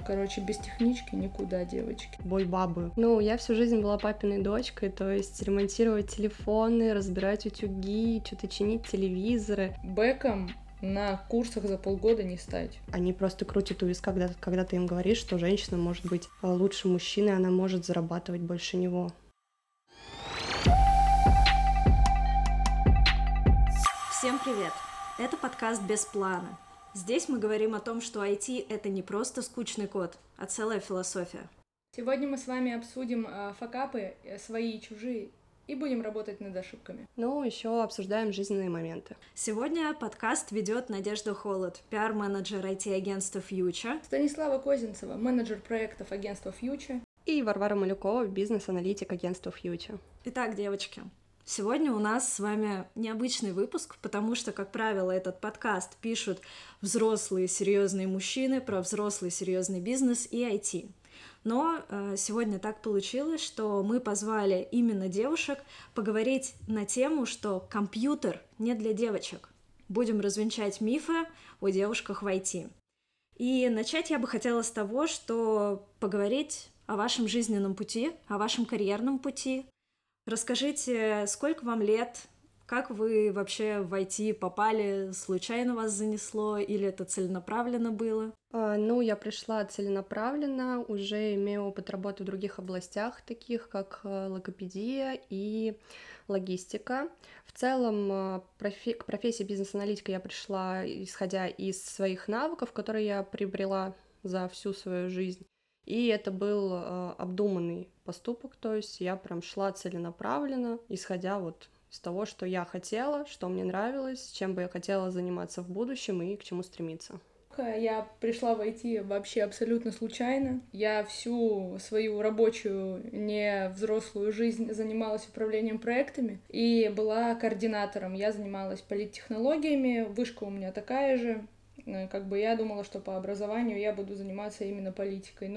Короче, без технички никуда, девочки. Бой бабы. Ну, я всю жизнь была папиной дочкой, то есть ремонтировать телефоны, разбирать утюги, что-то чинить телевизоры. Бэком на курсах за полгода не стать. Они просто крутят у виска, когда ты им говоришь, что женщина может быть лучше мужчины, она может зарабатывать больше него. Всем привет! Это подкаст «Без плана». Здесь мы говорим о том, что IT — это не просто скучный код, а целая философия. Сегодня мы с вами обсудим факапы, свои и чужие, и будем работать над ошибками. Ну, еще обсуждаем жизненные моменты. Сегодня подкаст ведет Надежда Холод, пиар-менеджер IT-агентства Future, Станислава Козинцева, менеджер проектов агентства Future, и Варвара Малюкова, бизнес-аналитик агентства Future. Итак, девочки, сегодня у нас с вами необычный выпуск, потому что, как правило, этот подкаст пишут взрослые серьезные мужчины про взрослый серьезный бизнес и IT. Но сегодня так получилось, что мы позвали именно девушек поговорить на тему, что компьютер не для девочек. Будем развенчать мифы о девушках в IT. И начать я бы хотела с того, что поговорить о вашем жизненном пути, о вашем карьерном пути. Расскажите, сколько вам лет, как вы вообще в IT попали, случайно вас занесло или это целенаправленно было? Ну, я пришла целенаправленно, уже имею опыт работы в других областях, таких как логопедия и логистика. В целом, к профессии бизнес-аналитика я пришла, исходя из своих навыков, которые я приобрела за всю свою жизнь. И это был обдуманный поступок, то есть я прям шла целенаправленно, исходя вот из того, что я хотела, что мне нравилось, чем бы я хотела заниматься в будущем и к чему стремиться. Я пришла в IT вообще абсолютно случайно. Я всю свою рабочую, не взрослую жизнь занималась управлением проектами и была координатором. Я занималась политтехнологиями, вышка у меня такая же. Как бы я думала, что по образованию я буду заниматься именно политикой,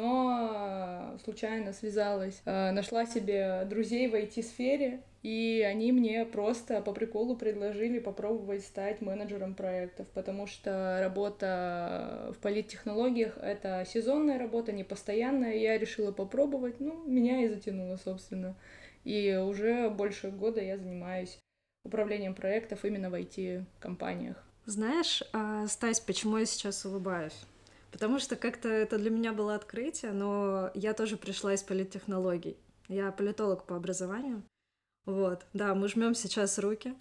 но случайно связалась, нашла себе друзей в IT-сфере, и они мне просто по приколу предложили попробовать стать менеджером проектов, потому что работа в политтехнологиях — это сезонная работа, не постоянная. Я решила попробовать, меня и затянуло, собственно. И уже больше года я занимаюсь управлением проектов именно в IT-компаниях. Знаешь, Стась, почему я сейчас улыбаюсь? Потому что как-то это для меня было открытие, но я тоже пришла из политтехнологий. Я политолог по образованию. Вот, да, мы жмем сейчас руки.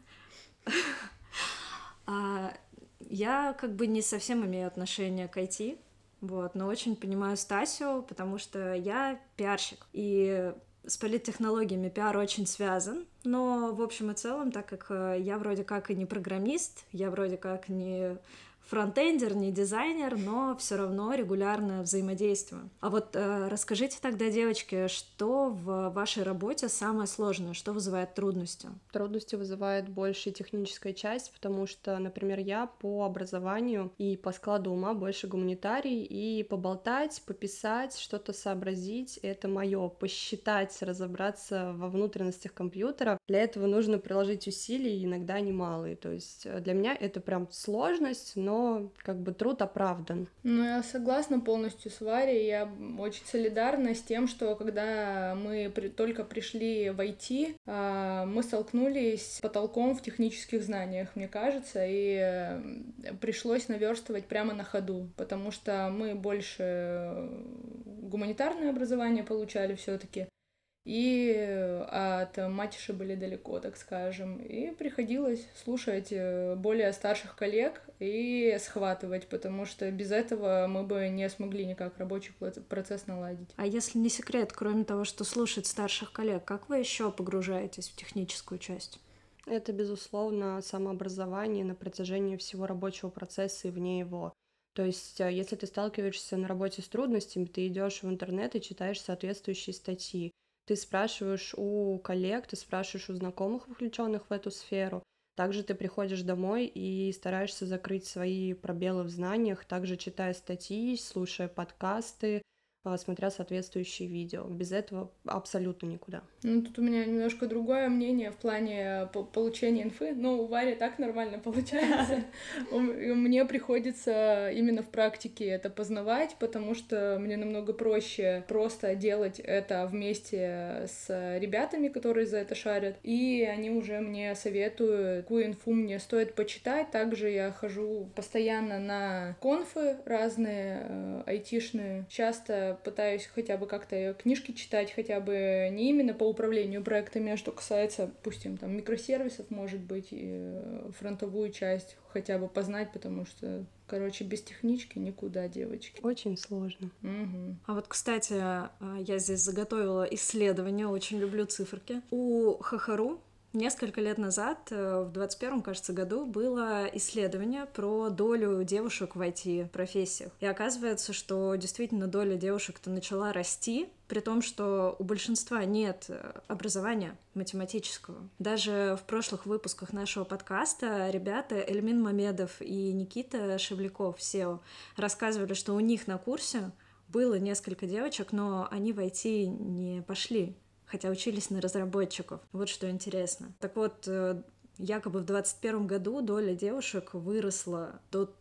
Я как бы не совсем имею отношение к IT, вот, но очень понимаю Стасю, потому что я пиарщик, и с политтехнологиями пиар очень связан, но в общем и целом, так как я вроде как и не программист, я вроде как не фронтендер, не дизайнер, но все равно регулярно взаимодействую. А вот расскажите тогда, девочки, что в вашей работе самое сложное, что вызывает трудности? Трудности вызывает больше техническая часть, потому что, например, я по образованию и по складу ума больше гуманитарий, и поболтать, пописать, что-то сообразить — это мое, посчитать, разобраться во внутренностях компьютера. Для этого нужно приложить усилий, иногда немалые. То есть для меня это прям сложность, но как бы труд оправдан. Я согласна полностью с Варей. Я очень солидарна с тем, что когда мы только пришли в IT, мы столкнулись с потолком в технических знаниях, мне кажется, и пришлось наверстывать прямо на ходу, потому что мы больше гуманитарное образование получали все-таки. И от матиши были далеко, так скажем. И приходилось слушать более старших коллег и схватывать, потому что без этого мы бы не смогли никак рабочий процесс наладить. А если не секрет, кроме того, что слушать старших коллег, как вы еще погружаетесь в техническую часть? Это, безусловно, самообразование на протяжении всего рабочего процесса и вне его. То есть, если ты сталкиваешься на работе с трудностями, ты идешь в интернет и читаешь соответствующие статьи. Ты спрашиваешь у коллег, ты спрашиваешь у знакомых, включенных в эту сферу. Также ты приходишь домой и стараешься закрыть свои пробелы в знаниях, также читая статьи, слушая подкасты, смотря соответствующие видео. Без этого абсолютно никуда. Ну, тут у меня немножко другое мнение в плане получения инфы. Ну, у Вари так нормально получается. Мне приходится именно в практике это познавать, потому что мне намного проще просто делать это вместе с ребятами, которые за это шарят, и они уже мне советуют, какую инфу мне стоит почитать. Также я хожу постоянно на конфы разные, айтишные. Часто пытаюсь хотя бы как-то книжки читать, хотя бы не именно по управлению проектами, а что касается, допустим, там микросервисов, может быть, и фронтовую часть хотя бы познать, потому что, короче, без технички никуда, девочки. Очень сложно. Угу. А вот, кстати, я здесь заготовила исследование, очень люблю циферки. У Хохору несколько лет назад, в 21-м, кажется, году, было исследование про долю девушек в IT-профессиях. И оказывается, что действительно доля девушек-то начала расти, при том, что у большинства нет образования математического. Даже в прошлых выпусках нашего подкаста ребята Эльмин Мамедов и Никита Шевляков, SEO, рассказывали, что у них на курсе было несколько девочек, но они в IT не пошли, хотя учились на разработчиков. Вот что интересно. Так вот, якобы в 2021 году доля девушек выросла до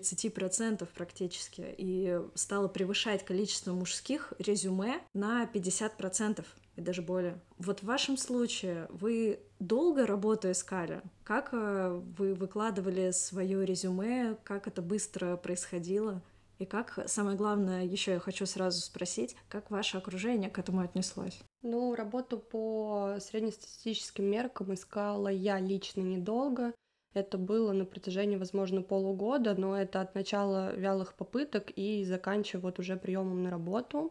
30% практически и стала превышать количество мужских резюме на 50% и даже более. Вот в вашем случае вы долго работу искали? Как вы выкладывали свое резюме? Как это быстро происходило? И как, самое главное, еще я хочу сразу спросить, как ваше окружение к этому отнеслось? Ну, работу по среднестатистическим меркам искала я лично недолго. Это было на протяжении, возможно, полугода, но это от начала вялых попыток и заканчивая вот уже приемом на работу.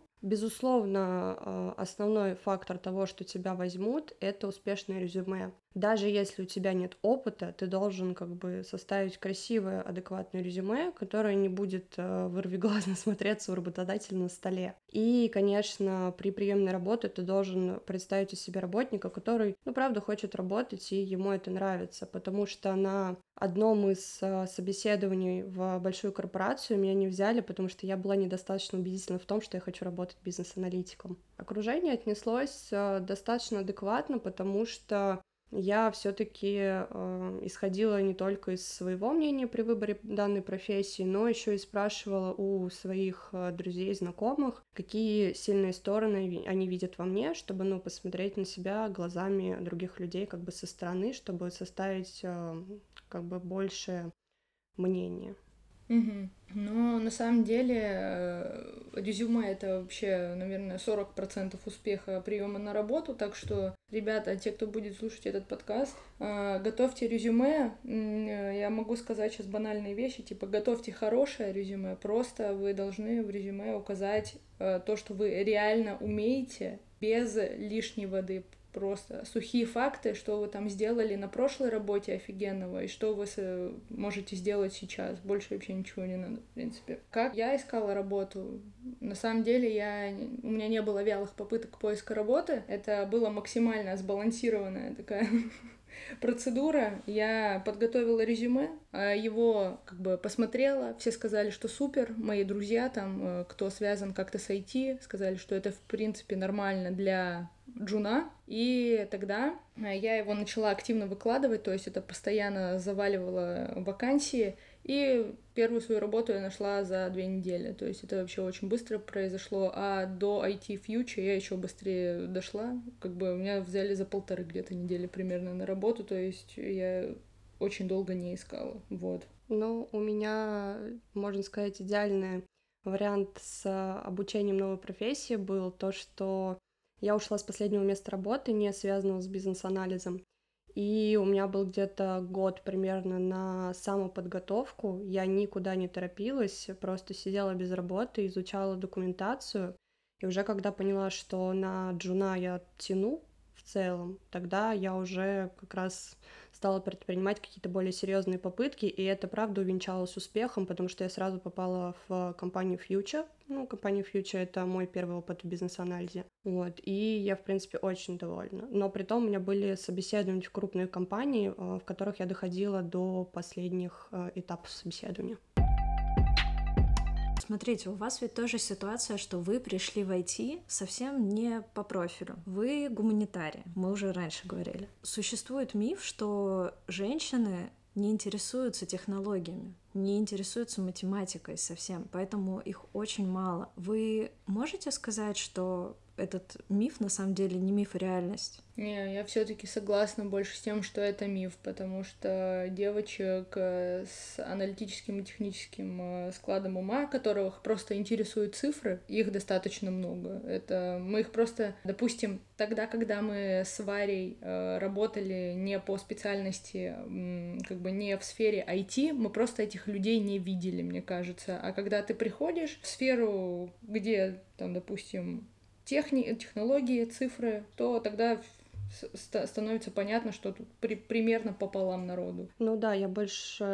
Безусловно, основной фактор того, что тебя возьмут, это успешное резюме. Даже если у тебя нет опыта, ты должен как бы составить красивое, адекватное резюме, которое не будет вырвиглазно смотреться у работодателя на столе. И, конечно, при приеме на работу ты должен представить из себя работника, который, ну, правда, хочет работать, и ему это нравится, потому что на одном из собеседований в большую корпорацию меня не взяли, потому что я была недостаточно убедительна в том, что я хочу работать бизнес-аналитиком. Окружение отнеслось достаточно адекватно, потому что я все-таки исходила не только из своего мнения при выборе данной профессии, но еще и спрашивала у своих друзей, знакомых, какие сильные стороны они видят во мне, чтобы, ну, посмотреть на себя глазами других людей как бы со стороны, чтобы составить как бы больше мнения. Угу. Но на самом деле резюме — это вообще, наверное, 40% успеха приема на работу, так что, ребята, те, кто будет слушать этот подкаст, готовьте резюме. Я могу сказать сейчас банальные вещи, типа готовьте хорошее резюме, просто вы должны в резюме указать то, что вы реально умеете, без лишней воды. Просто сухие факты, что вы там сделали на прошлой работе офигенного и что вы можете сделать сейчас. Больше вообще ничего не надо, в принципе. Как я искала работу? На самом деле у меня не было вялых попыток поиска работы. Это была максимально сбалансированная такая процедура. Я подготовила резюме, его как бы посмотрела, все сказали, что супер. Мои друзья там, кто связан как-то с IT, сказали, что это в принципе нормально для джуна. И тогда я его начала активно выкладывать, то есть это постоянно заваливало вакансии. И первую свою работу я нашла за 2 недели. То есть это вообще очень быстро произошло. А до IT Future я еще быстрее дошла. Как бы меня взяли за 1,5 где-то недели примерно на работу. То есть я очень долго не искала. Вот. Ну, у меня, можно сказать, идеальный вариант с обучением новой профессии был то, что я ушла с последнего места работы, не связанного с бизнес-анализом. И у меня был где-то год примерно на самоподготовку. Я никуда не торопилась, просто сидела без работы, изучала документацию. И уже когда поняла, что на джуна я тяну в целом, тогда я уже как раз стала предпринимать какие-то более серьезные попытки, и это, правда, увенчалось успехом, потому что я сразу попала в компанию Future. Ну, компания Future — это мой первый опыт в бизнес-анализе. Вот, и я, в принципе, очень довольна. Но при том у меня были собеседования в крупные компании, в которых я доходила до последних этапов собеседования. Смотрите, у вас ведь тоже ситуация, что вы пришли в IT совсем не по профилю. Вы гуманитарий, мы уже раньше говорили. Существует миф, что женщины не интересуются технологиями, не интересуются математикой совсем, поэтому их очень мало. Вы можете сказать, что этот миф на самом деле не миф, а реальность? Не, я все-таки согласна больше с тем, что это миф, потому что девочек с аналитическим и техническим складом ума, которых просто интересуют цифры, их достаточно много. Это мы их просто, допустим, тогда, когда мы с Варей работали не по специальности, как бы не в сфере IT, мы просто этих людей не видели, мне кажется. А когда ты приходишь в сферу, где там, допустим, технологии, цифры, то тогда становится понятно, что тут примерно пополам народу. Ну да, я больше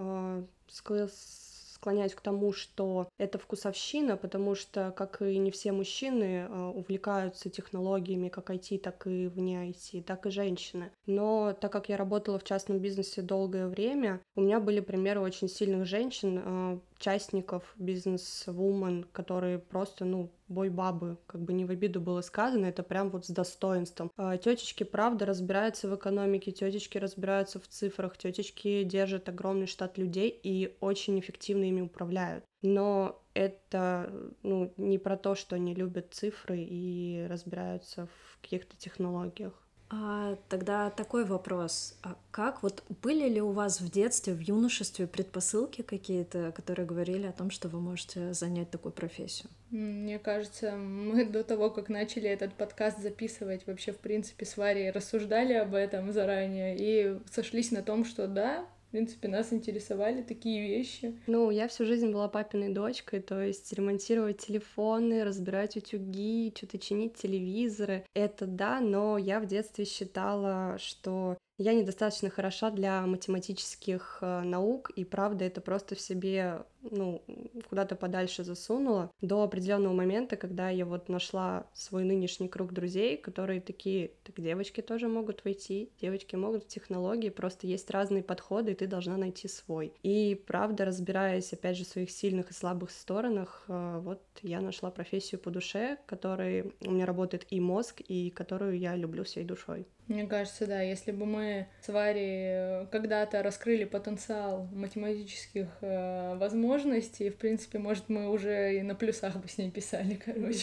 склоняюсь к тому, что это вкусовщина, потому что, как и не все мужчины увлекаются технологиями, как IT, так и вне IT, так и женщины. Но так как я работала в частном бизнесе долгое время, у меня были примеры очень сильных женщин, частников, бизнес-вумен, которые просто, бой-бабы, как бы не в обиду было сказано, это прям вот с достоинством. Тетечки, правда, разбираются в экономике, тетечки разбираются в цифрах, тетечки держат огромный штат людей и очень эффективно ими управляют. Но это, не про то, что они любят цифры и разбираются в каких-то технологиях. Тогда такой вопрос. Как вот были ли у вас в детстве, в юношестве предпосылки какие-то, которые говорили о том, что вы можете занять такую профессию? Мне кажется, мы до того, как начали этот подкаст записывать, вообще, в принципе, с Варей рассуждали об этом заранее и сошлись на том, что да, в принципе, нас интересовали такие вещи. Я всю жизнь была папиной дочкой, то есть ремонтировать телефоны, разбирать утюги, что-то чинить телевизоры. Это да, но я в детстве считала, что я недостаточно хороша для математических наук, и правда это просто в себе, куда-то подальше засунула до определенного момента, когда я вот нашла свой нынешний круг друзей, которые такие, так девочки тоже могут войти, девочки могут в технологии, просто есть разные подходы, и ты должна найти свой. И правда, разбираясь, опять же, в своих сильных и слабых сторонах, вот я нашла профессию по душе, которой у меня работает и мозг, и которую я люблю всей душой. Мне кажется, да, если бы мы с Варей когда-то раскрыли потенциал математических возможностей, в принципе, может, мы уже и на плюсах бы с ней писали, короче.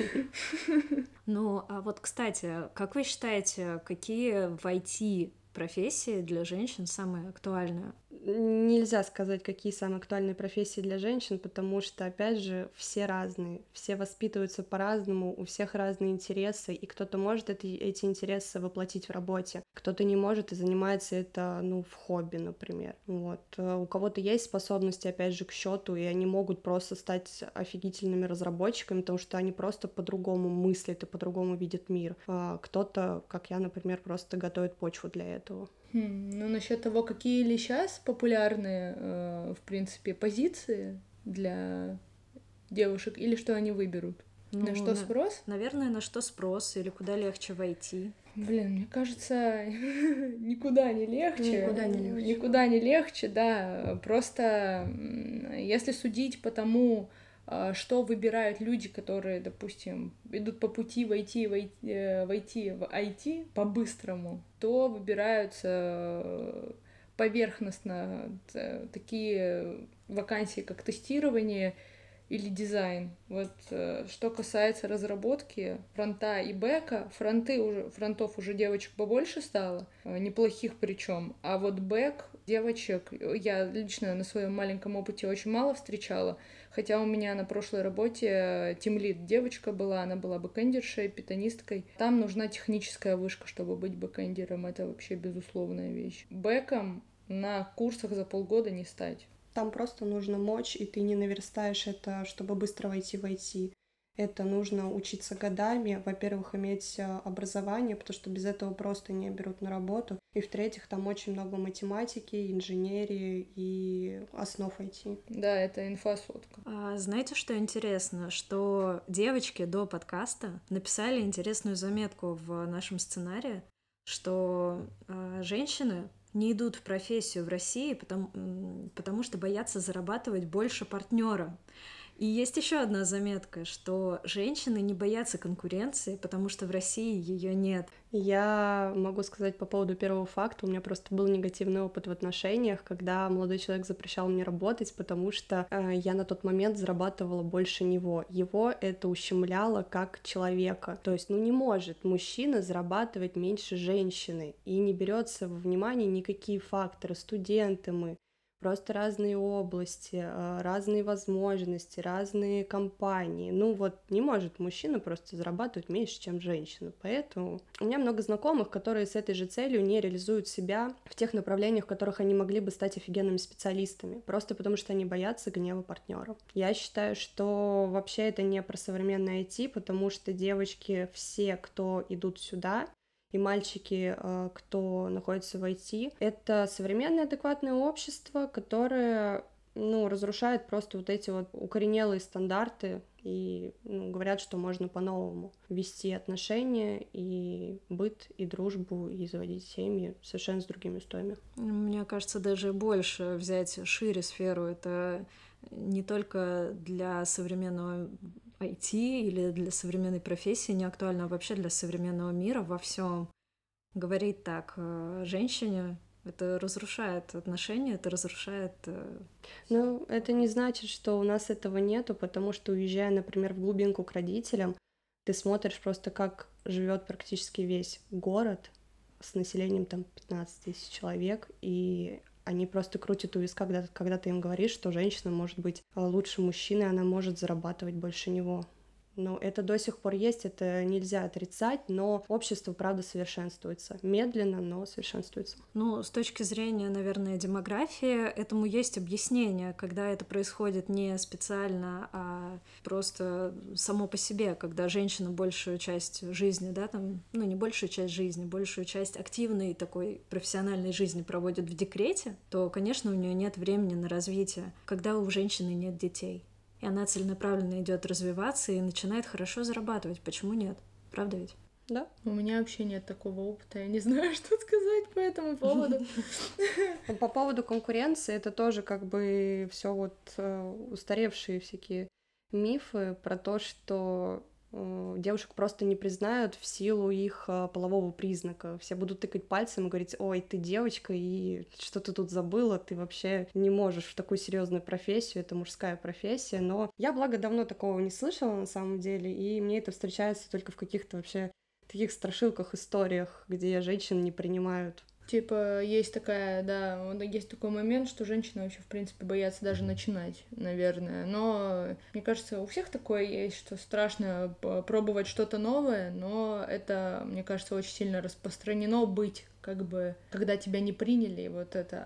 Да. А вот, кстати, как вы считаете, какие в IT профессии для женщин самые актуальные? Нельзя сказать, какие самые актуальные профессии для женщин, потому что, опять же, все разные, все воспитываются по-разному, у всех разные интересы, и кто-то может эти интересы воплотить в работе, кто-то не может и занимается это, в хобби, например. Вот. У кого-то есть способности, опять же, к счету, и они могут просто стать офигительными разработчиками, потому что они просто по-другому мыслят и по-другому видят мир. Кто-то, как я, например, просто готовит почву для этого. Насчет того, какие ли сейчас популярные, в принципе, позиции для девушек, или что они выберут? На что спрос? Наверное, на что спрос, или куда легче войти. Блин, мне кажется, никуда не легче. Никуда не легче, да. Просто если судить по тому, что выбирают люди, которые, допустим, идут по пути войти в IT по-быстрому, то выбираются поверхностно такие вакансии, как тестирование или дизайн. Вот что касается разработки фронта и бэка, фронтов уже девочек побольше стало, неплохих причем, а вот бэк девочек я лично на своем маленьком опыте очень мало встречала, хотя у меня на прошлой работе тимлид девочка была, она была бэкэндершей, питонисткой. Там нужна техническая вышка, чтобы быть бэкэндером, это вообще безусловная вещь. Бэком на курсах за полгода не стать. Там просто нужно мочь, и ты не наверстаешь это, чтобы быстро войти в IT. Это нужно учиться годами, во-первых, иметь образование, потому что без этого просто не берут на работу. И в-третьих, там очень много математики, инженерии и основ IT. Да, это инфосотка. Знаете, что интересно? Что девочки до подкаста написали интересную заметку в нашем сценарии, что женщины не идут в профессию в России, потому что боятся зарабатывать больше партнера. И есть еще одна заметка, что женщины не боятся конкуренции, потому что в России ее нет. Я могу сказать по поводу первого факта, у меня просто был негативный опыт в отношениях, когда молодой человек запрещал мне работать, потому что я на тот момент зарабатывала больше него. Его это ущемляло как человека. То есть, не может мужчина зарабатывать меньше женщины, и не берется во внимание никакие факторы. Студенты мы, просто разные области, разные возможности, разные компании. Не может мужчина просто зарабатывать меньше, чем женщина. Поэтому у меня много знакомых, которые с этой же целью не реализуют себя в тех направлениях, в которых они могли бы стать офигенными специалистами, просто потому что они боятся гнева партнера. Я считаю, что вообще это не про современное IT, потому что девочки все, кто идут сюда, и мальчики, кто находится в IT, это современное адекватное общество, которое, разрушает просто вот эти вот укоренелые стандарты и говорят, что можно по-новому вести отношения и быт, и дружбу, и заводить семьи совершенно с другими устоями. Мне кажется, даже больше взять шире сферу. Это не только для современного IT или для современной профессии не актуально, а вообще для современного мира во всем. Говорить так женщине, это разрушает отношения, это разрушает... Это не значит, что у нас этого нету, потому что, уезжая, например, в глубинку к родителям, ты смотришь просто, как живет практически весь город с населением 15 тысяч человек, и они просто крутят у виска, когда ты им говоришь, что женщина может быть лучше мужчины, она может зарабатывать больше него. Это до сих пор есть, это нельзя отрицать, но общество, правда, совершенствуется. Медленно, но совершенствуется. С точки зрения, наверное, демографии, этому есть объяснение, когда это происходит не специально, а просто само по себе, когда женщина большую часть жизни, не большую часть жизни, большую часть активной такой профессиональной жизни проводит в декрете, то, конечно, у нее нет времени на развитие, когда у женщины нет детей. И она целенаправленно идет развиваться и начинает хорошо зарабатывать. Почему нет? Правда ведь? Да. У меня вообще нет такого опыта, я не знаю, что сказать по этому поводу. По поводу конкуренции, это тоже все устаревшие всякие мифы про то, что девушек просто не признают в силу их полового признака. Все будут тыкать пальцем и говорить: ой, ты девочка, и что ты тут забыла, ты вообще не можешь в такую серьезную профессию, это мужская профессия. Но я, благо, давно такого не слышала на самом деле, и мне это встречается только в каких-то вообще таких страшилках, историях, где женщин не принимают. Есть есть такой момент, что женщины вообще, в принципе, боятся даже начинать, наверное. Но, мне кажется, у всех такое есть, что страшно пробовать что-то новое, но это, мне кажется, очень сильно распространено быть, когда тебя не приняли, вот это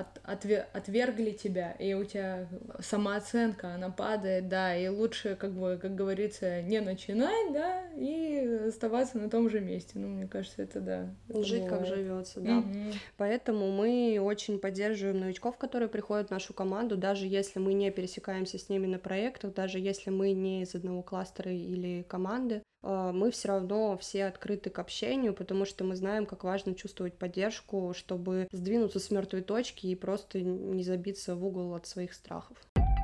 отвергли тебя, и у тебя самооценка, она падает, да, и лучше, как говорится, не начинать, да, и оставаться на том же месте. Мне кажется, это да. Жить как живется, да. Поэтому мы очень поддерживаем новичков, которые приходят в нашу команду, даже если мы не пересекаемся с ними на проектах, даже если мы не из одного кластера или команды, мы все равно все открыты к общению, потому что мы знаем, как важно чувствовать поддержку, чтобы сдвинуться с мертвой точки и просто не забиться в угол от своих страхов.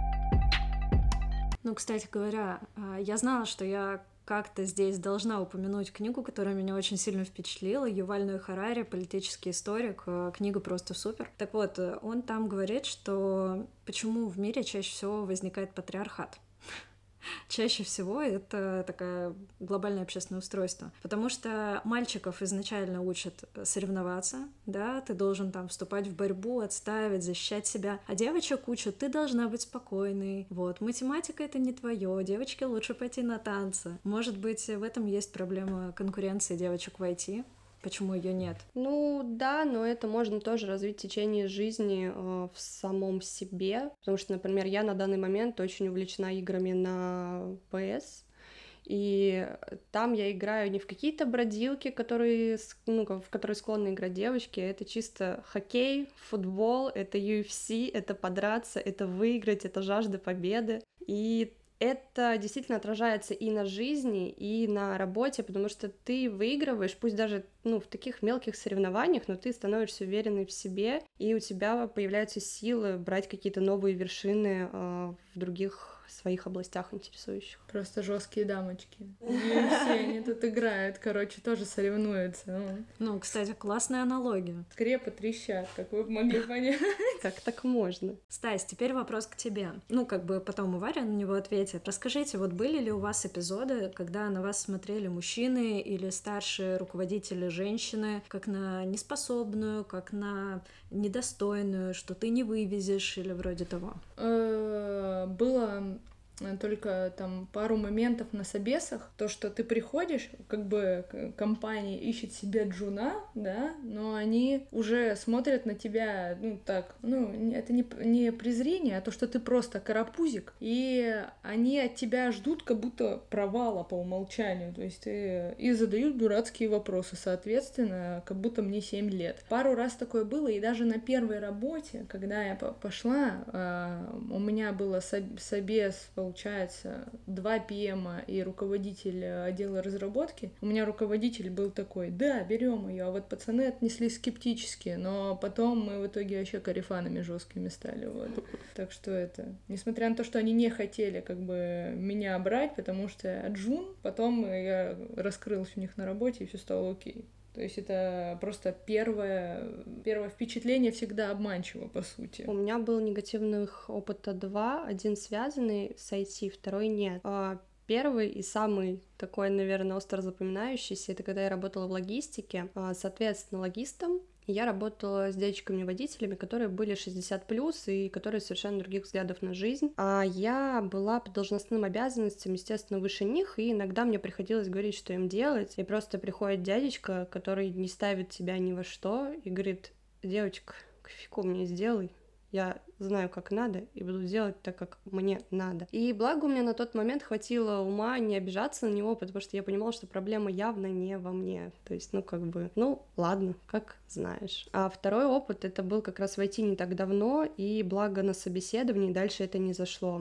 Кстати говоря, я знала, что я как-то здесь должна упомянуть книгу, которая меня очень сильно впечатлила. Юваль Ной Харари, политический историк. Книга просто супер. Так вот, он там говорит, что почему в мире чаще всего возникает патриархат. Чаще всего это такое глобальное общественное устройство. Потому что мальчиков изначально учат соревноваться, да, ты должен вступать в борьбу, отстаивать, защищать себя. А девочек учат: ты должна быть спокойной. Математика — это не твое, девочке лучше пойти на танцы. Может быть, в этом есть проблема конкуренции девочек в IT? Почему ее нет? Да, но это можно тоже развить в течение жизни в самом себе, потому что, например, я на данный момент очень увлечена играми на PS, и там я играю не в какие-то бродилки, в которые склонны играть девочки, это чисто хоккей, футбол, это UFC, это подраться, это выиграть, это жажда победы, и это действительно отражается и на жизни, и на работе, потому что ты выигрываешь, пусть даже в таких мелких соревнованиях, но ты становишься уверенной в себе, и у тебя появляются силы брать какие-то новые вершины в других своих областях интересующих. Просто жесткие дамочки. Не все они тут играют, короче, тоже соревнуются. Ну, кстати, классная аналогия. Скорее потрещат, как вы могли понять. Как так можно? Стась, теперь вопрос к тебе. Ну, как бы потом и Варя на него ответит. Расскажите, вот были ли у вас эпизоды, когда на вас смотрели мужчины или старшие руководители женщины, как на неспособную, как на недостойную, что ты не вывезешь или вроде того? Было только там пару моментов на собесах, то, что ты приходишь, как бы компания ищет себе джуна, да, но они уже смотрят на тебя, ну, так, ну, это не презрение, а то, что ты просто карапузик, и они от тебя ждут как будто провала по умолчанию, то есть и задают дурацкие вопросы, соответственно, как будто мне 7 лет. Пару раз такое было, и даже на первой работе, когда я пошла, у меня было собес, получается, 2 ПМа и руководитель отдела разработки. У меня руководитель был такой: да, берем ее, а вот пацаны отнеслись скептически, но потом мы в итоге вообще корефанами жесткими стали. Вот. Так что это, несмотря на то, что они не хотели как бы меня брать, потому что я джун, потом я раскрылась у них на работе, и все стало окей. То есть это просто первое впечатление всегда обманчиво, по сути. У меня был негативных опыта 2, один связанный с IT, второй нет. Первый и самый такой, наверное, остро запоминающийся, это когда я работала в логистике, соответственно, логистом. Я работала с девочками-водителями, которые были 60+, и которые совершенно других взглядов на жизнь. А я была по должностным обязанностям, естественно, выше них, и иногда мне приходилось говорить, что им делать. И просто приходит дядечка, который не ставит тебя ни во что, и говорит: девочка, кофейку мне сделай. Я знаю, как надо, и буду делать так, как мне надо. И благо у меня на тот момент хватило ума не обижаться на него, потому что я понимала, что проблема явно не во мне. То есть, ладно, как знаешь. А второй опыт, это был как раз в IT не так давно, и благо на собеседовании дальше это не зашло.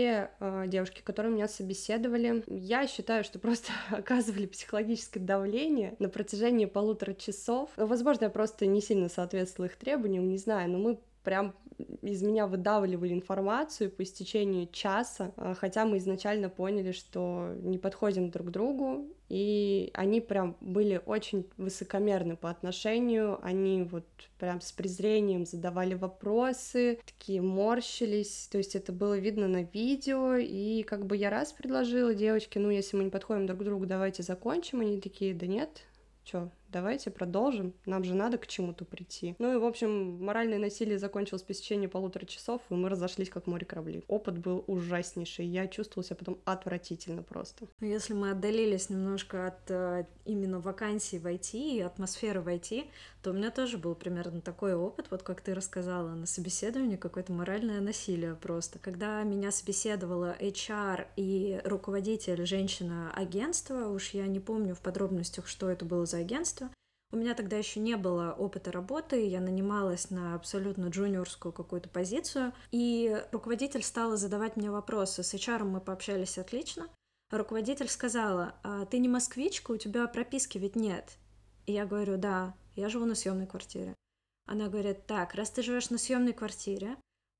2 девушки, которые меня собеседовали, я считаю, что просто оказывали психологическое давление на протяжении 1,5 часов. Возможно, я просто не сильно соответствовала их требованиям, не знаю, но мы прям из меня выдавливали информацию по истечению часа, хотя мы изначально поняли, что не подходим друг к другу, и они прям были очень высокомерны по отношению, они вот прям с презрением задавали вопросы, такие морщились, то есть это было видно на видео, и как бы я раз предложила девочке: ну, если мы не подходим друг к другу, давайте закончим, они такие: да нет, чё, давайте продолжим, нам же надо к чему-то прийти. Ну и, в общем, моральное насилие закончилось по истечении 1,5 часов, и мы разошлись как море корабли. Опыт был ужаснейший, я чувствовала себя потом отвратительно просто. Если мы отдалились немножко от именно вакансий в IT и атмосферы в IT, то у меня тоже был примерно такой опыт, вот как ты рассказала, на собеседовании какое-то моральное насилие просто. Когда меня собеседовала HR и руководитель, женщина агентства, уж я не помню в подробностях, что это было за агентство. У меня тогда еще не было опыта работы, я нанималась на абсолютно джуниорскую какую-то позицию, и руководитель стала задавать мне вопросы. С HR мы пообщались отлично. Руководитель сказала: ты не москвичка, у тебя прописки ведь нет. И я говорю: да, я живу на съемной квартире. Она говорит: так, раз ты живешь на съемной квартире,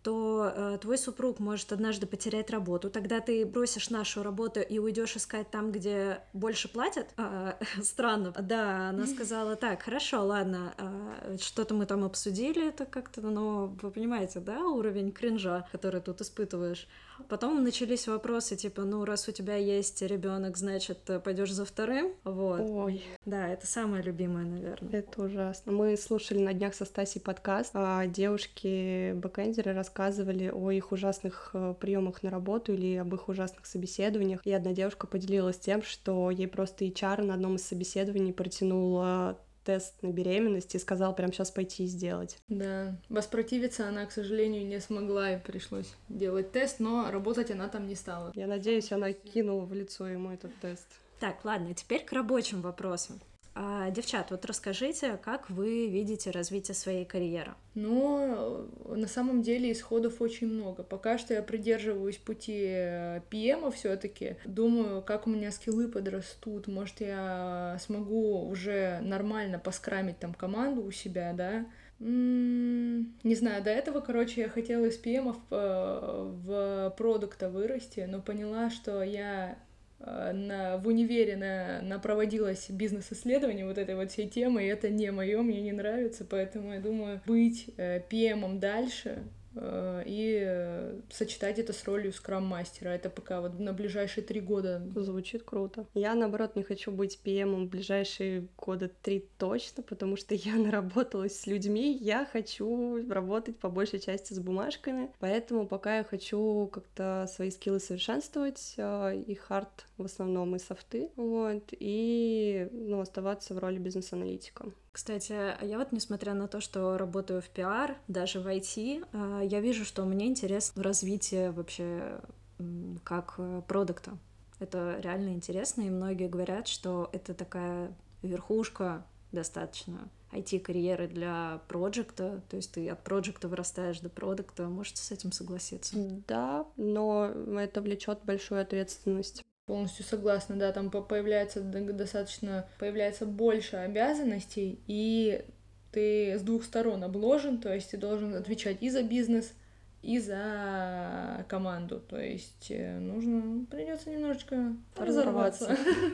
то твой супруг может однажды потерять работу, тогда ты бросишь нашу работу и уйдешь искать там, где больше платят? Странно. Да, она сказала: так, хорошо, ладно, что-то мы там обсудили, это как-то, но вы понимаете, да, уровень кринжа, который тут испытываешь. Потом начались вопросы, типа: ну, раз у тебя есть ребенок, значит, пойдешь за вторым. Вот. Ой. Да, это самое любимое, наверное. Это ужасно. Мы слушали на днях со Стасей подкаст, девушки-бэкэндеры рассказывали о их ужасных приемах на работу или об их ужасных собеседованиях. И одна девушка поделилась тем, что ей просто HR на одном из собеседований протянул тест на беременность и сказал прямо сейчас пойти и сделать. Да, воспротивиться она, к сожалению, не смогла, и пришлось делать тест, но работать она там не стала. Я надеюсь, она кинула в лицо ему этот тест. Так, ладно, теперь к рабочим вопросам. Девчат, вот расскажите, как вы видите развитие своей карьеры? Ну, на самом деле исходов очень много. Пока что я придерживаюсь пути PM все-таки. Думаю, как у меня скиллы подрастут. Может, я смогу уже нормально поскрамить там команду у себя, да? Не знаю, до этого, короче, я хотела из PM в продукта вырасти, но поняла, что я в универе проводилась бизнес-исследование вот этой вот всей темы, и это не моё, мне не нравится, поэтому я думаю быть PM дальше и сочетать это с ролью скрам-мастера. Это пока вот на ближайшие 3 года. Звучит круто. Я, наоборот, не хочу быть PM в ближайшие 3 года точно, потому что я наработалась с людьми, я хочу работать по большей части с бумажками, поэтому пока я хочу как-то свои скиллы совершенствовать, и хард в основном, и софты, вот, и, оставаться в роли бизнес-аналитика. Кстати, я вот, несмотря на то, что работаю в пиар, даже в IT, я вижу, что мне интересно развитие вообще как продукта. Это реально интересно, и многие говорят, что это такая верхушка достаточно IT-карьеры для проекта, то есть ты от проекта вырастаешь до продукта. Можете с этим согласиться? Да, но это влечет большую ответственность. Полностью согласна, да, там появляется больше обязанностей, и ты с двух сторон обложен, то есть ты должен отвечать и за бизнес, и за команду, то есть придется немножечко разорваться.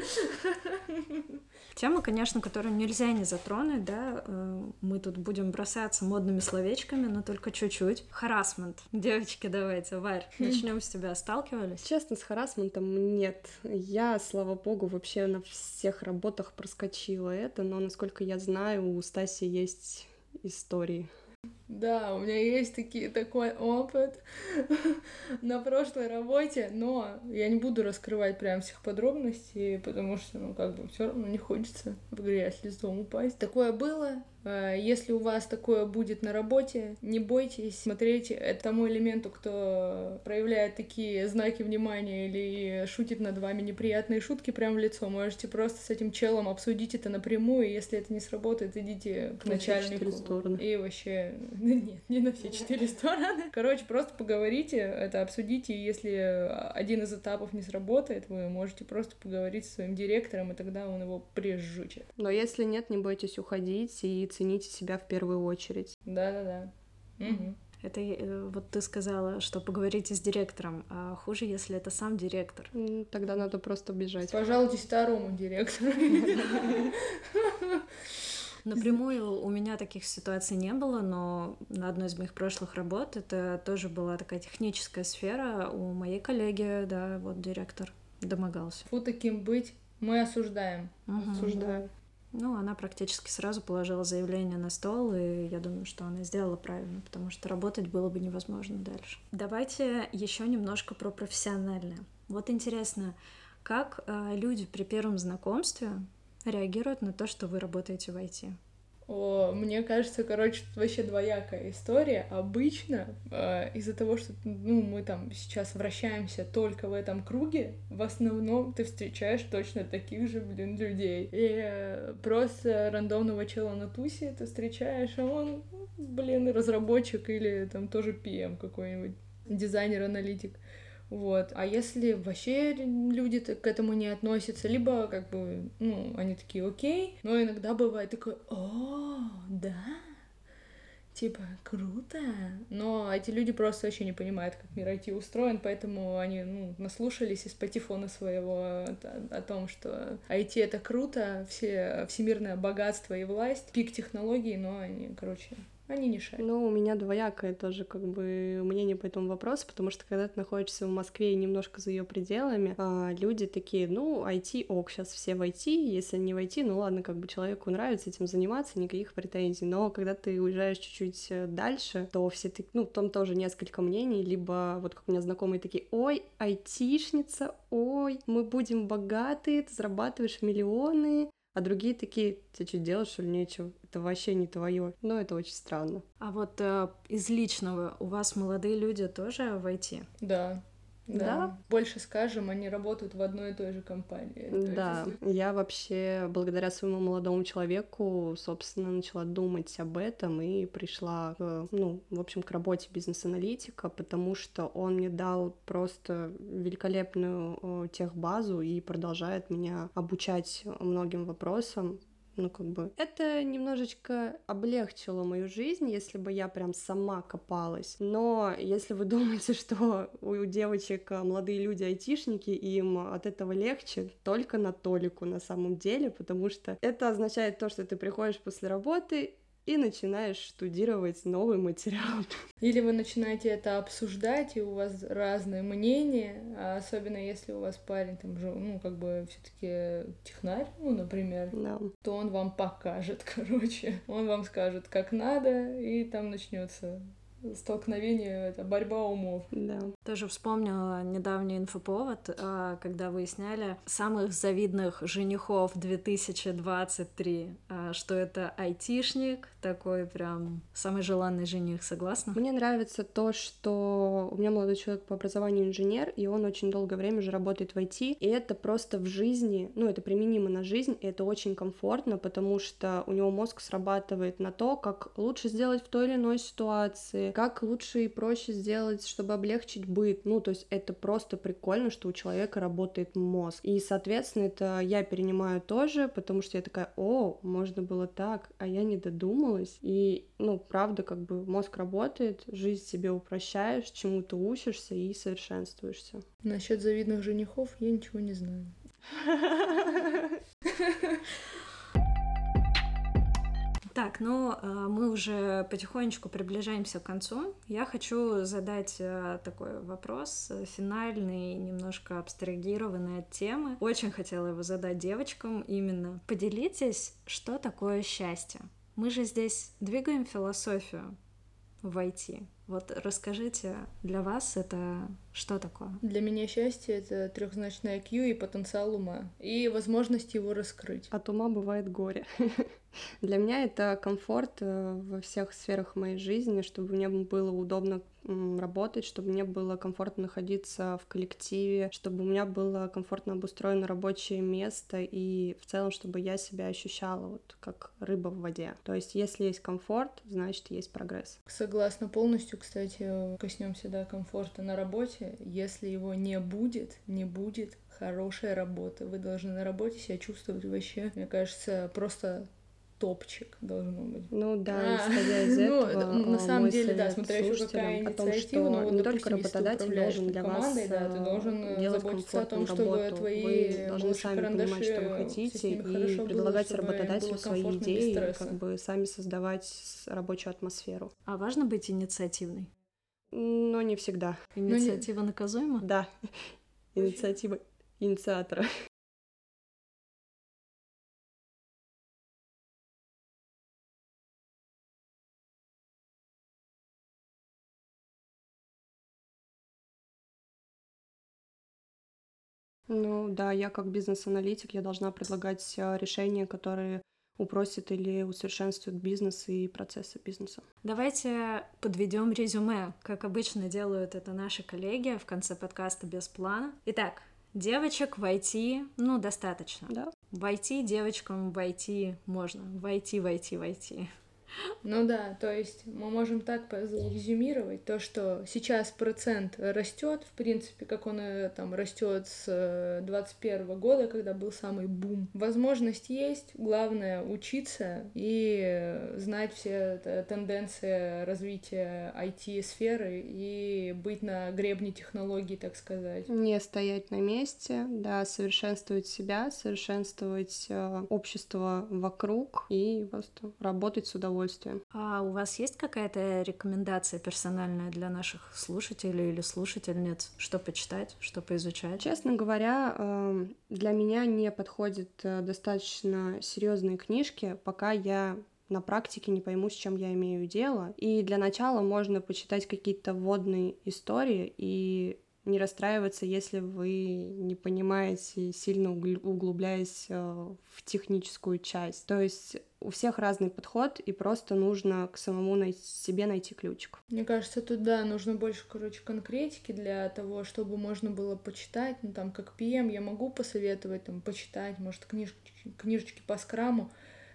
Тема, конечно, которую нельзя не затронуть, да, мы тут будем бросаться модными словечками, но только чуть-чуть. Харассмент. Девочки, давайте, Варь, начнем с тебя. Сталкивались? Честно, с харассментом нет. Я, слава богу, вообще на всех работах проскочила это, но, насколько я знаю, у Стаси есть истории. Да, у меня есть такой опыт на прошлой работе, но я не буду раскрывать прям всех подробностей, потому что, все равно не хочется в грязь лицом упасть. Такое было. Если у вас такое будет на работе, не бойтесь смотреть тому элементу, кто проявляет такие знаки внимания или шутит над вами неприятные шутки прямо в лицо. Можете просто с этим челом обсудить это напрямую, и если это не сработает, идите к начальнику. И вообще... Нет, не на все 4 стороны. Короче, просто поговорите, это обсудите, и если один из этапов не сработает, вы можете просто поговорить со своим директором, и тогда он его прижучит. Но если нет, не бойтесь уходить и цените себя в первую очередь. Да-да-да. Угу. Это вот ты сказала, что поговорите с директором, а хуже, если это сам директор. Тогда надо просто бежать. Пожалуйтесь второму директору. Напрямую у меня таких ситуаций не было, но на одной из моих прошлых работ это тоже была такая техническая сфера. У моей коллеги, да, вот директор домогался. Фу, таким быть, мы осуждаем. Осуждаем. Ну, она практически сразу положила заявление на стол, и я думаю, что она сделала правильно, потому что работать было бы невозможно дальше. Давайте еще немножко про профессиональное. Вот интересно, как люди при первом знакомстве реагируют на то, что вы работаете в IT? Мне кажется, тут вообще двоякая история. Обычно из-за того, что мы там сейчас вращаемся только в этом круге, в основном ты встречаешь точно таких же, людей. И просто рандомного чела на тусе ты встречаешь, а он, разработчик или там тоже PM какой-нибудь, дизайнер-аналитик. Вот. А если вообще люди к этому не относятся, либо они такие окей, но иногда бывает такое: о, да, типа, круто. Но эти люди просто вообще не понимают, как мир IT устроен, поэтому они, наслушались из патефона своего о том, что IT — это круто, всемирное богатство и власть, пик технологий, но они не шарят. У меня двоякое тоже мнение по этому вопросу, потому что когда ты находишься в Москве и немножко за ее пределами, люди такие: IT ок, сейчас все в IT, если не в IT, ладно, человеку нравится этим заниматься, никаких претензий. Но когда ты уезжаешь чуть-чуть дальше, то все там тоже несколько мнений, либо вот как у меня знакомые такие: ой, айтишница, ой, мы будем богаты, ты зарабатываешь миллионы. А другие такие: ты что, делаешь, что ли, нечего? Это вообще не твое. Но это очень странно. А вот из личного, у вас молодые люди тоже в IT? Да. Больше скажем, они работают в одной и той же компании. Да, я вообще благодаря своему молодому человеку, собственно, начала думать об этом и пришла, к работе бизнес-аналитика, потому что он мне дал просто великолепную техбазу и продолжает меня обучать многим вопросам. Ну, как бы, это немножечко облегчило мою жизнь, если бы я прям сама копалась. Но если вы думаете, что у девочек молодые люди айтишники, им от этого легче, только на толику на самом деле, потому что это означает то, что ты приходишь после работы и начинаешь штудировать новый материал. Или вы начинаете это обсуждать, и у вас разные мнения, а особенно если у вас парень там же, ну, как бы все-таки технарь, ну, например, Да. то он вам покажет, короче. Он вам скажет, как надо, и там начнется столкновение, это борьба умов. Да. Тоже вспомнила недавний инфоповод, когда выясняли самых завидных женихов 2023, что это айтишник, такой прям самый желанный жених, согласна? Мне нравится то, что у меня молодой человек по образованию инженер, и он очень долгое время уже работает в IT, и это просто в жизни, ну, это применимо на жизнь, и это очень комфортно, потому что у него мозг срабатывает на то, как лучше сделать в той или иной ситуации, как лучше и проще сделать, чтобы облегчить быт. Ну, то есть это просто прикольно, что у человека работает мозг. И, соответственно, это я перенимаю тоже, потому что я такая, о, можно было так, а я не додумалась. И, ну, правда, как бы мозг работает, жизнь себе упрощаешь, чему-то учишься и совершенствуешься. Насчет завидных женихов я ничего не знаю. Так, ну мы уже потихонечку приближаемся к концу. Я хочу задать такой вопрос, финальный, немножко абстрагированный от темы. Очень хотела его задать девочкам именно. Поделитесь, что такое счастье? Мы же здесь двигаем философию в IT. Вот расскажите, для вас это что такое? Для меня счастье — это трехзначное IQ и потенциал ума, и возможность его раскрыть. От ума бывает горе. Для меня это комфорт во всех сферах моей жизни, чтобы мне было удобно работать, чтобы мне было комфортно находиться в коллективе, чтобы у меня было комфортно обустроено рабочее место и в целом, чтобы я себя ощущала вот как рыба в воде. То есть, если есть комфорт, значит, есть прогресс. Согласна полностью, кстати, коснемся, да, комфорта на работе. Если его не будет хорошей работы. Вы должны на работе себя чувствовать вообще, мне кажется, просто топчик должно быть. Ну да, исходя из этого, на самом мой деле, да, совет смотря еще какая слушателям о том, инициатива, что ну вот, не допустим, только если ты работодатель управляешь должен для вас командой, да, ты должен делать заботиться о том, комфортную чтобы работу. твои Вы должны младшие сами понимать, что вы карандаши, все с хотите, ними и хорошо было, предлагать чтобы им работодателю было свои комфортно, без идеи, и стресса. как бы сами создавать рабочую атмосферу. А важно быть инициативной? Но не всегда. Инициатива наказуема? Да, инициатива инициатора. Ну да, я как бизнес-аналитик, я должна предлагать решения, которые упростят или усовершенствуют бизнес и процессы бизнеса. Давайте подведем резюме, как обычно делают это наши коллеги в конце подкаста без плана. Итак, девочек в IT, ну, достаточно. Да. В IT девочкам в IT можно. В IT. Ну да, то есть мы можем так резюмировать то, что сейчас процент растет, в принципе, как он там растет с 21 года, когда был самый бум. Возможность есть, главное учиться и знать все тенденции развития IT-сферы и быть на гребне технологий, так сказать. Не стоять на месте, да, совершенствовать себя, совершенствовать общество вокруг и просто работать с удовольствием. А у вас есть какая-то рекомендация персональная для наших слушателей или слушательниц, что почитать, что поизучать? Честно говоря, для меня не подходят достаточно серьезные книжки, пока я на практике не пойму, с чем я имею дело. И для начала можно почитать какие-то вводные истории и не расстраиваться, если вы не понимаете, сильно углубляясь в техническую часть. То есть у всех разный подход, и просто нужно к самому себе найти ключик. Мне кажется, тут, да, нужно больше, конкретики для того, чтобы можно было почитать. Ну, там, как PM, я могу посоветовать, там, почитать, может, книжечки по скраму,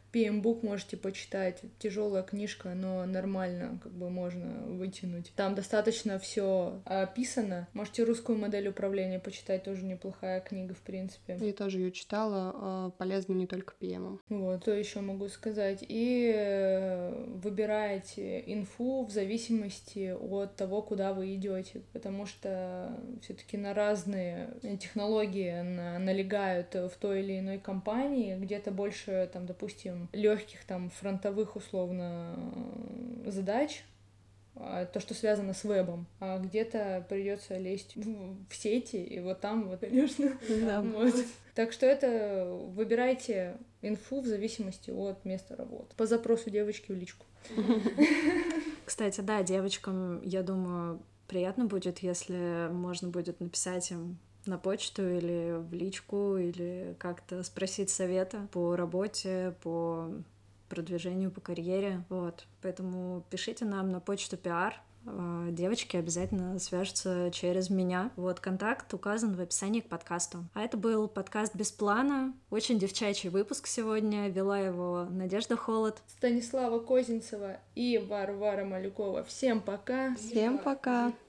PM-бук можете почитать. Тяжелая книжка, но нормально, как бы можно вытянуть. Там достаточно все описано. Можете русскую модель управления почитать, тоже неплохая книга, в принципе. Я тоже ее читала, полезно не только PM. Вот, что еще могу сказать. И выбирайте инфу в зависимости от того, куда вы идете, потому что все-таки на разные технологии налегают в той или иной компании, где-то больше, там, допустим, легких там фронтовых условно задач, то, что связано с вебом, а где-то придется лезть в сети, и вот там вот, конечно. Да. Вот. Так что это выбирайте инфу в зависимости от места работы. По запросу девочки в личку. Кстати, да, девочкам, я думаю, приятно будет, если можно будет написать им на почту или в личку, или как-то спросить совета по работе, по продвижению по карьере. Вот. Поэтому пишите нам на почту PR. Девочки обязательно свяжутся через меня. Вот, контакт указан в описании к подкасту. А это был подкаст «Без плана». Очень девчачий выпуск сегодня. Вела его Надежда Холод, Станислава Козинцева и Варвара Малюкова. Всем пока! Всем пока!